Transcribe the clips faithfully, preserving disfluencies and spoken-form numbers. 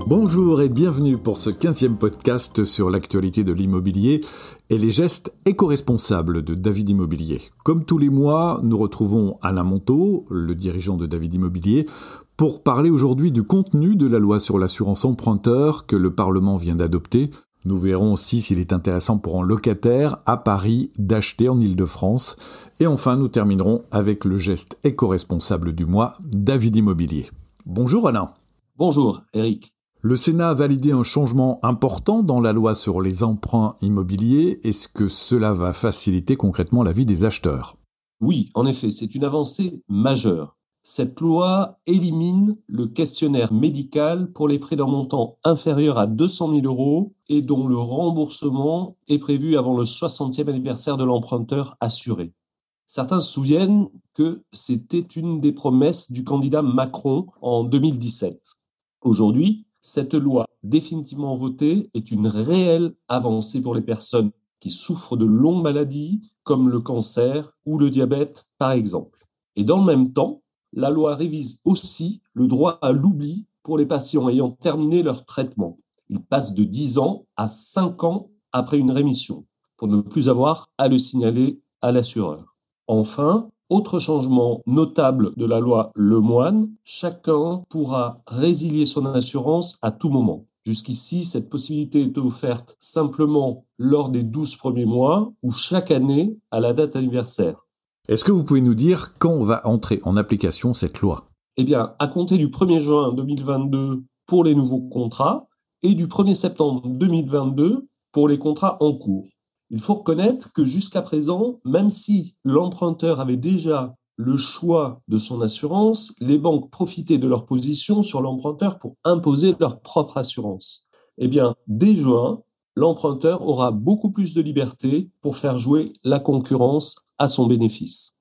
Bonjour et bienvenue pour ce quinzième podcast sur l'actualité de l'immobilier et les gestes éco-responsables de David Immobilier. Comme tous les mois, nous retrouvons Alain Monteau, le dirigeant de David Immobilier, pour parler aujourd'hui du contenu de la loi sur l'assurance emprunteur que le Parlement vient d'adopter. Nous verrons aussi s'il est intéressant pour un locataire à Paris d'acheter en Île-de-France. Et enfin, nous terminerons avec le geste éco-responsable du mois, David Immobilier. Bonjour Alain. Bonjour Eric. Le Sénat a validé un changement important dans la loi sur les emprunts immobiliers. Est-ce que cela va faciliter concrètement la vie des acheteurs ? Oui, en effet, c'est une avancée majeure. Cette loi élimine le questionnaire médical pour les prêts d'un montant inférieur à deux cent mille euros et dont le remboursement est prévu avant le soixantième anniversaire de l'emprunteur assuré. Certains se souviennent que c'était une des promesses du candidat Macron en deux mille dix-sept. Aujourd'hui, cette loi définitivement votée est une réelle avancée pour les personnes qui souffrent de longues maladies comme le cancer ou le diabète par exemple. Et dans le même temps, la loi révise aussi le droit à l'oubli pour les patients ayant terminé leur traitement. Il passe de dix ans à cinq ans après une rémission pour ne plus avoir à le signaler à l'assureur. Enfin, autre changement notable de la loi Lemoine, chacun pourra résilier son assurance à tout moment. Jusqu'ici, cette possibilité était offerte simplement lors des douze premiers mois ou chaque année à la date anniversaire. Est-ce que vous pouvez nous dire quand va entrer en application cette loi ? Eh bien, à compter du premier juin deux mille vingt-deux pour les nouveaux contrats et du premier septembre deux mille vingt-deux pour les contrats en cours. Il faut reconnaître que jusqu'à présent, même si l'emprunteur avait déjà le choix de son assurance, les banques profitaient de leur position sur l'emprunteur pour imposer leur propre assurance. Eh bien, dès juin, l'emprunteur aura beaucoup plus de liberté pour faire jouer la concurrence à son bénéfice.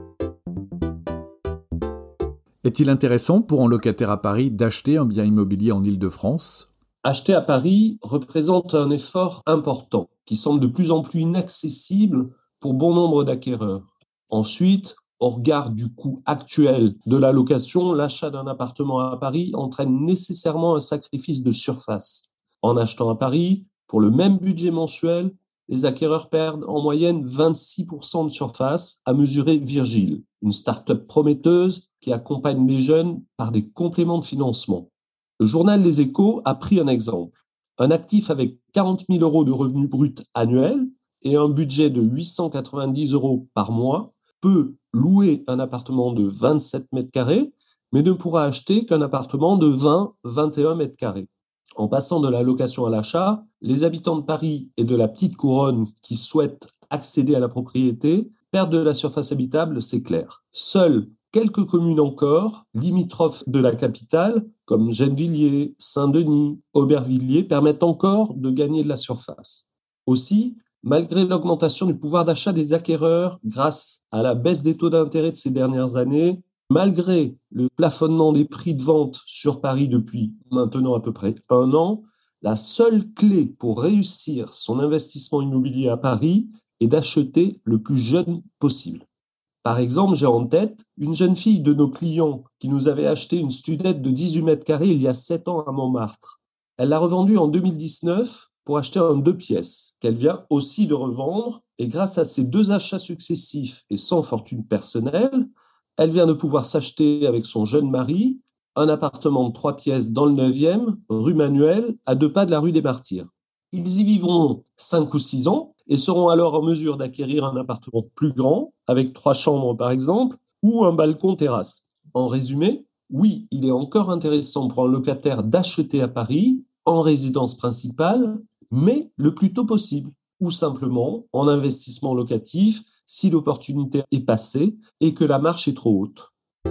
Est-il intéressant pour un locataire à Paris d'acheter un bien immobilier en Île-de-France ? Acheter à Paris représente un effort important qui semble de plus en plus inaccessible pour bon nombre d'acquéreurs. Ensuite, au regard du coût actuel de la location, l'achat d'un appartement à Paris entraîne nécessairement un sacrifice de surface. En achetant à Paris, pour le même budget mensuel, les acquéreurs perdent en moyenne vingt-six pour cent de surface, à mesurer Virgile, une start-up prometteuse qui accompagne les jeunes par des compléments de financement. Le journal Les Échos a pris un exemple. Un actif avec quarante mille euros de revenus bruts annuels et un budget de huit cent quatre-vingt-dix euros par mois peut louer un appartement de vingt-sept mètres carrés, mais ne pourra acheter qu'un appartement de vingt à vingt et un mètres carrés. En passant de la location à l'achat, les habitants de Paris et de la petite couronne qui souhaitent accéder à la propriété perdent de la surface habitable, c'est clair. Seules quelques communes encore, limitrophes de la capitale, comme Gennevilliers, Saint-Denis, Aubervilliers, permettent encore de gagner de la surface. Aussi, malgré l'augmentation du pouvoir d'achat des acquéreurs grâce à la baisse des taux d'intérêt de ces dernières années, malgré le plafonnement des prix de vente sur Paris depuis maintenant à peu près un an, la seule clé pour réussir son investissement immobilier à Paris est d'acheter le plus jeune possible. Par exemple, j'ai en tête une jeune fille de nos clients qui nous avait acheté une studette de dix-huit mètres carrés il y a sept ans à Montmartre. Elle l'a revendue en deux mille dix-neuf pour acheter un deux pièces qu'elle vient aussi de revendre. Et grâce à ces deux achats successifs et sans fortune personnelle, elle vient de pouvoir s'acheter avec son jeune mari un appartement de trois pièces dans le neuvième, rue Manuel, à deux pas de la rue des Martyrs. Ils y vivront cinq ou six ans et seront alors en mesure d'acquérir un appartement plus grand, avec trois chambres par exemple, ou un balcon-terrasse. En résumé, oui, il est encore intéressant pour un locataire d'acheter à Paris, en résidence principale, mais le plus tôt possible, ou simplement en investissement locatif, si l'opportunité est passée et que la marche est trop haute.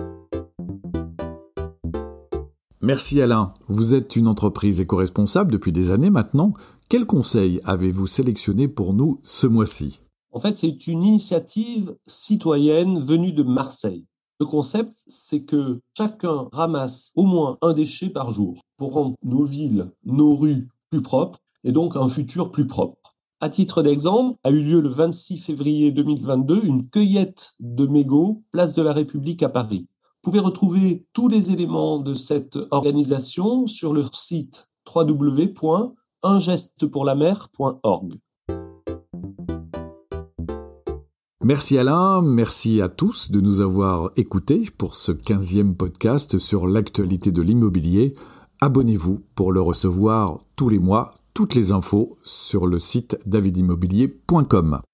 Merci Alain. Vous êtes une entreprise éco-responsable depuis des années maintenant. Quels conseils avez-vous sélectionnés pour nous ce mois-ci ? En fait, c'est une initiative citoyenne venue de Marseille. Le concept, c'est que chacun ramasse au moins un déchet par jour pour rendre nos villes, nos rues plus propres et donc un futur plus propre. À titre d'exemple, a eu lieu le vingt-six février deux mille vingt-deux une cueillette de mégots, place de la République à Paris. Vous pouvez retrouver tous les éléments de cette organisation sur leur site w w w point un geste pour la mer point org. Merci Alain, merci à tous de nous avoir écoutés pour ce quinzième podcast sur l'actualité de l'immobilier. Abonnez-vous pour le recevoir tous les mois, toutes les infos sur le site david immobilier point com.